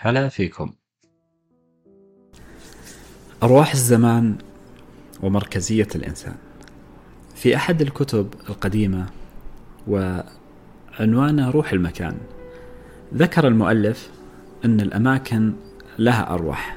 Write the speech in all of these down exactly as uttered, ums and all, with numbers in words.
هلا فيكم. أرواح الزمان ومركزية الإنسان. في أحد الكتب القديمة وعنوانه روح المكان، ذكر المؤلف أن الأماكن لها أرواح.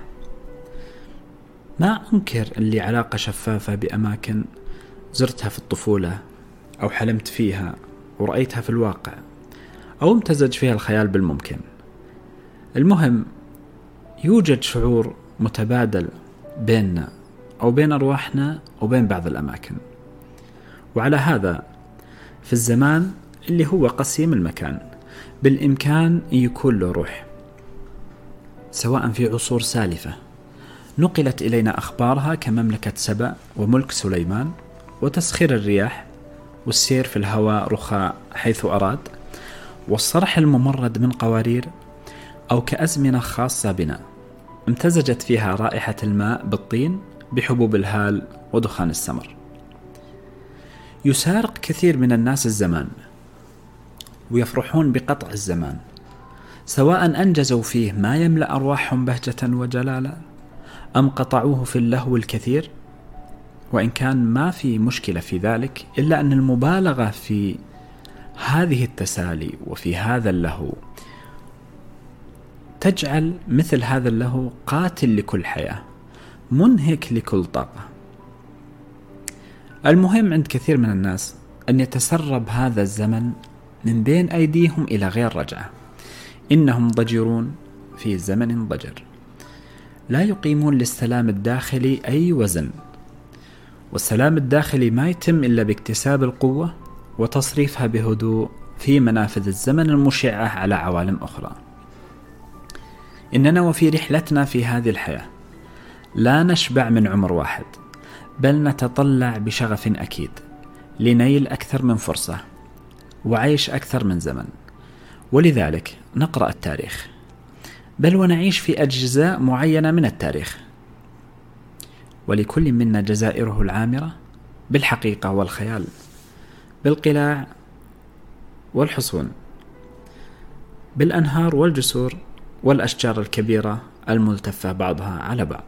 ما أنكر أن لي علاقة شفافة بأماكن زرتها في الطفولة أو حلمت فيها ورأيتها في الواقع أو امتزج فيها الخيال بالممكن. المهم يوجد شعور متبادل بيننا أو بين أرواحنا وبين بعض الأماكن، وعلى هذا في الزمان اللي هو قسيم المكان بالإمكان يكون له روح، سواء في عصور سالفة نقلت إلينا أخبارها كمملكة سبأ وملك سليمان وتسخير الرياح والسير في الهواء رخاء حيث أراد والصرح الممرد من قوارير، أو كأزمنة خاصة بنا امتزجت فيها رائحة الماء بالطين بحبوب الهال ودخان السمر. يسارق كثير من الناس الزمان ويفرحون بقطع الزمان، سواء أنجزوا فيه ما يملأ أرواحهم بهجة وجلالا أم قطعوه في اللهو الكثير، وإن كان ما في مشكلة في ذلك، إلا أن المبالغة في هذه التسالي وفي هذا اللهو تجعل مثل هذا اللهو قاتل لكل حياة، منهك لكل طاقة. المهم عند كثير من الناس أن يتسرب هذا الزمن من بين أيديهم إلى غير رجعة. إنهم ضجرون في زمن ضجر، لا يقيمون للسلام الداخلي أي وزن، والسلام الداخلي ما يتم إلا باكتساب القوة وتصريفها بهدوء في منافذ الزمن المشعة على عوالم أخرى. إننا وفي رحلتنا في هذه الحياة لا نشبع من عمر واحد، بل نتطلع بشغف أكيد لنيل أكثر من فرصة وعيش أكثر من زمن، ولذلك نقرأ التاريخ، بل ونعيش في أجزاء معينة من التاريخ، ولكل منا جزائره العامرة بالحقيقة والخيال، بالقلاع والحصون، بالأنهار والجسور والأشجار الكبيرة الملتفة بعضها على بعض.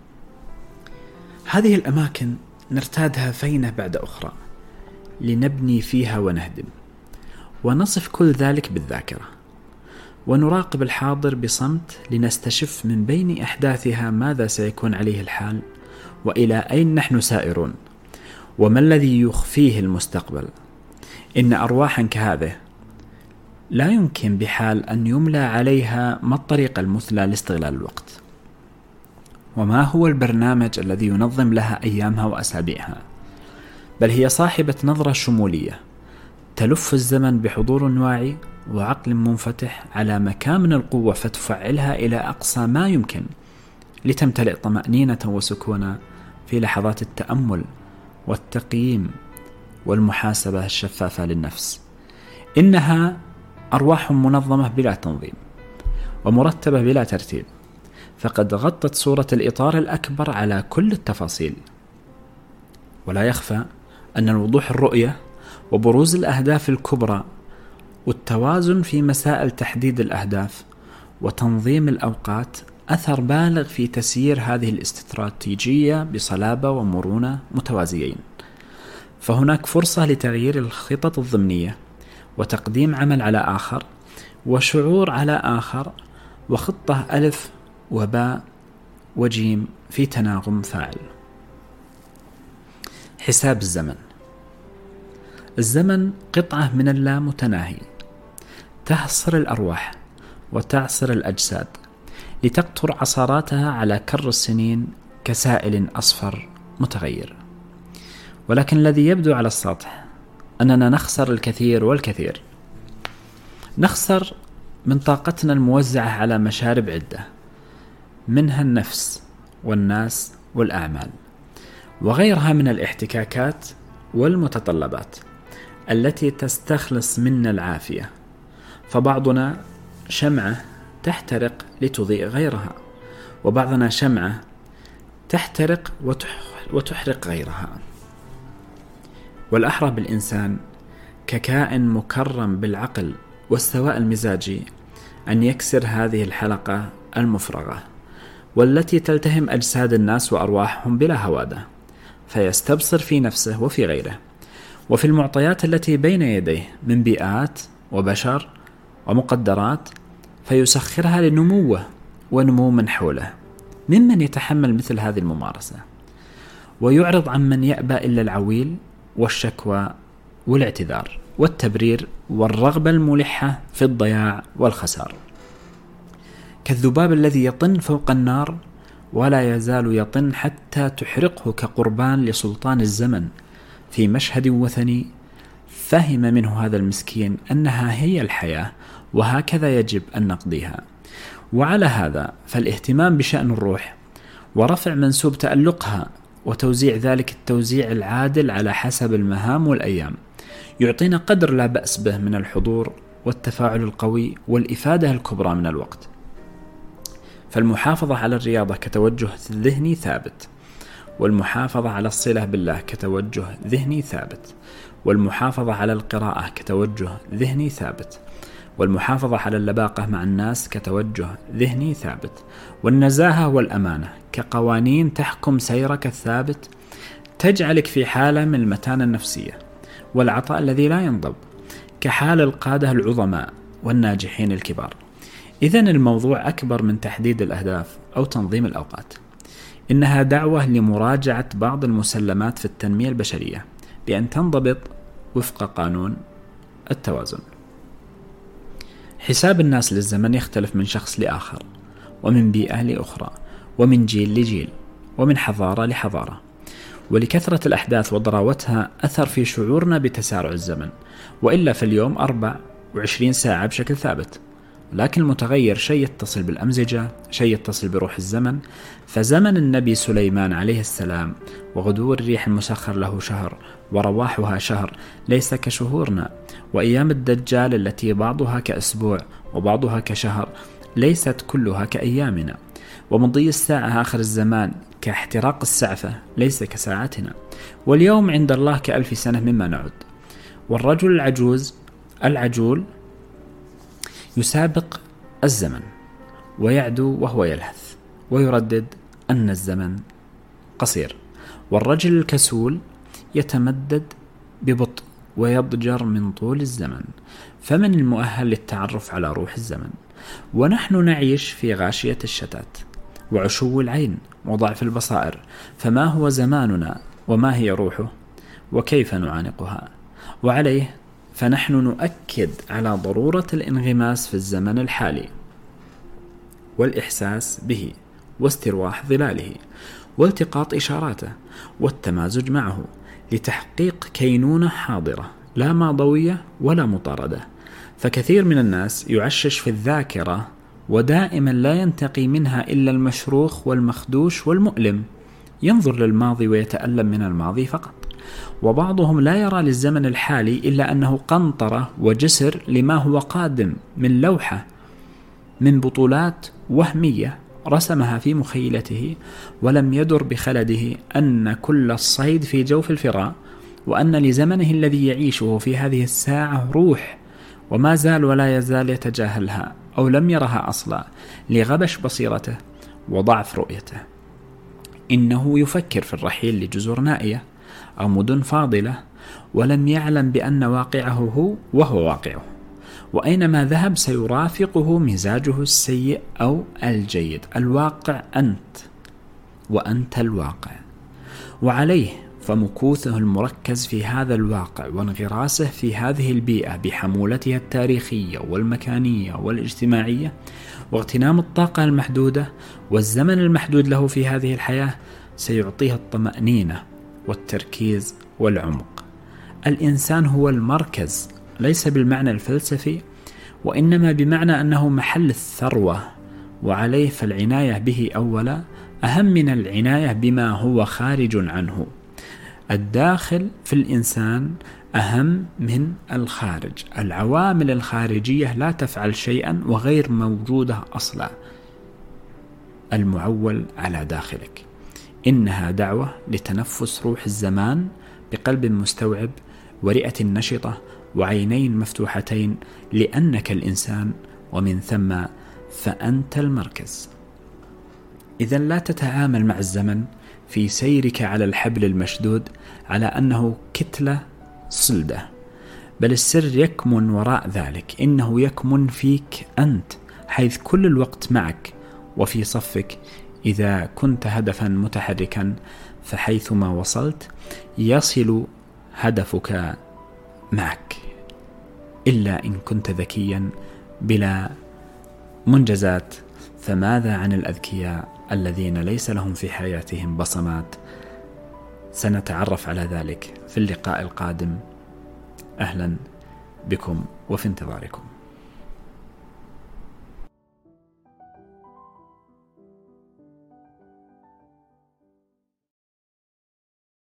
هذه الأماكن نرتادها فينة بعد أخرى لنبني فيها ونهدم، ونصف كل ذلك بالذاكرة، ونراقب الحاضر بصمت لنستشف من بين أحداثها ماذا سيكون عليه الحال وإلى أين نحن سائرون وما الذي يخفيه المستقبل. إن أرواحا كهذه لا يمكن بحال أن يملى عليها ما الطريقة المثلى لاستغلال الوقت، وما هو البرنامج الذي ينظم لها أيامها وأسابيعها، بل هي صاحبة نظرة شمولية تلف الزمن بحضور واعي وعقل منفتح على مكان من القوة، فتفعلها إلى أقصى ما يمكن لتمتلئ طمأنينة وسكونا في لحظات التأمل والتقييم والمحاسبة الشفافة للنفس. إنها أرواح منظمة بلا تنظيم ومرتبة بلا ترتيب، فقد غطت صورة الإطار الأكبر على كل التفاصيل. ولا يخفى أن الوضوح الرؤية وبروز الأهداف الكبرى والتوازن في مسائل تحديد الأهداف وتنظيم الأوقات أثر بالغ في تسيير هذه الاستراتيجية بصلابة ومرونة متوازيين. فهناك فرصة لتغيير الخطط الضمنية وتقديم عمل على آخر وشعور على آخر، وخطة ألف وباء وجيم في تناغم فاعل. حساب الزمن. الزمن قطعة من اللامتناهي تحصر الأرواح وتعصر الأجساد لتقطر عصاراتها على كر السنين كسائل أصفر متغير. ولكن الذي يبدو على السطح أننا نخسر الكثير والكثير. نخسر من طاقتنا الموزعة على مشارب عدة، منها النفس والناس والأعمال وغيرها من الاحتكاكات والمتطلبات التي تستخلص منا العافية. فبعضنا شمعة تحترق لتضيء غيرها، وبعضنا شمعة تحترق وتحرق غيرها. والأحرى بالإنسان ككائن مكرم بالعقل والسواء المزاجي أن يكسر هذه الحلقة المفرغة، والتي تلتهم أجساد الناس وأرواحهم بلا هوادة، فيستبصر في نفسه وفي غيره وفي المعطيات التي بين يديه من بيئات وبشر ومقدرات، فيسخرها لنموه ونمو من حوله ممن يتحمل مثل هذه الممارسة، ويعرض عن من يأبى إلا العويل والشكوى والاعتذار والتبرير والرغبة الملحة في الضياع والخسار، كالذباب الذي يطن فوق النار ولا يزال يطن حتى تحرقه كقربان لسلطان الزمن في مشهد وثني. فهم منه هذا المسكين أنها هي الحياة وهكذا يجب أن نقضيها. وعلى هذا فالاهتمام بشأن الروح ورفع منسوب تألقها وتوزيع ذلك التوزيع العادل على حسب المهام والأيام يعطينا قدر لا بأس به من الحضور والتفاعل القوي والإفادة الكبرى من الوقت. فالمحافظة على الرياضة كتوجه ذهني ثابت، والمحافظة على الصلة بالله كتوجه ذهني ثابت، والمحافظة على القراءة كتوجه ذهني ثابت، والمحافظة على اللباقة مع الناس كتوجه ذهني ثابت، والنزاهة والأمانة كقوانين تحكم سيرك الثابت تجعلك في حالة من المتانة النفسية والعطاء الذي لا ينضب كحال القادة العظماء والناجحين الكبار. إذن الموضوع أكبر من تحديد الأهداف أو تنظيم الأوقات، إنها دعوة لمراجعة بعض المسلمات في التنمية البشرية بأن تنضبط وفق قانون التوازن. حساب الناس للزمن يختلف من شخص لآخر، ومن بيئة لأخرى، ومن جيل لجيل، ومن حضارة لحضارة، ولكثرة الأحداث وضراوتها أثر في شعورنا بتسارع الزمن، وإلا في اليوم أربع وعشرين ساعة بشكل ثابت، لكن المتغير شيء يتصل بالأمزجة، شيء يتصل بروح الزمن. فزمن النبي سليمان عليه السلام وغدو الريح المسخر له شهر ورواحها شهر ليس كشهورنا، وأيام الدجال التي بعضها كأسبوع وبعضها كشهر ليست كلها كأيامنا، ومضي الساعة آخر الزمان كاحتراق السعفة ليس كساعتنا، واليوم عند الله كألف سنة مما نعد. والرجل العجوز العجول يسابق الزمن ويعدو وهو يلهث ويردد أن الزمن قصير، والرجل الكسول يتمدد ببطء ويضجر من طول الزمن. فمن المؤهل للتعرف على روح الزمن؟ ونحن نعيش في غاشية الشتات وعشو العين وضعف البصائر، فما هو زماننا وما هي روحه وكيف نعانقها؟ وعليه فنحن نؤكد على ضرورة الانغماس في الزمن الحالي والإحساس به واسترواح ظلاله والتقاط إشاراته والتمازج معه لتحقيق كينونة حاضرة لا ماضوية ولا مطاردة. فكثير من الناس يعشش في الذاكرة ودائما لا ينتقي منها إلا المشروخ والمخدوش والمؤلم، ينظر للماضي ويتألم من الماضي فقط. وبعضهم لا يرى للزمن الحالي إلا أنه قنطرة وجسر لما هو قادم من لوحة من بطولات وهمية رسمها في مخيلته، ولم يدر بخلده أن كل الصيد في جوف الفراء، وأن لزمنه الذي يعيشه في هذه الساعة روح، وما زال ولا يزال يتجاهلها أو لم يرها أصلا لغبش بصيرته وضعف رؤيته. إنه يفكر في الرحيل لجزر نائية أو مدن فاضلة، ولم يعلم بأن واقعه هو وهو واقعه، وأينما ذهب سيرافقه مزاجه السيء أو الجيد. الواقع أنت وأنت الواقع، وعليه فمكوثه المركز في هذا الواقع وانغراسه في هذه البيئة بحمولتها التاريخية والمكانية والاجتماعية، واغتنام الطاقة المحدودة والزمن المحدود له في هذه الحياة سيعطيه الطمأنينة والتركيز والعمق. الإنسان هو المركز، ليس بالمعنى الفلسفي، وإنما بمعنى أنه محل الثروة، وعليه فالعناية به أولا أهم من العناية بما هو خارج عنه. الداخل في الإنسان أهم من الخارج. العوامل الخارجية لا تفعل شيئا وغير موجودة أصلا. المعول على داخلك. إنها دعوة لتنفس روح الزمان بقلب مستوعب ورئة نشطة وعينين مفتوحتين، لأنك الإنسان، ومن ثم فأنت المركز. إذا لا تتعامل مع الزمن في سيرك على الحبل المشدود على أنه كتلة صلدة، بل السر يكمن وراء ذلك، إنه يكمن فيك أنت، حيث كل الوقت معك وفي صفك. إذا كنت هدفا متحركا فحيثما وصلت يصل هدفك معك، إلا إن كنت ذكيا بلا منجزات. فماذا عن الأذكياء الذين ليس لهم في حياتهم بصمات؟ سنتعرف على ذلك في اللقاء القادم. أهلا بكم وفي انتظاركم.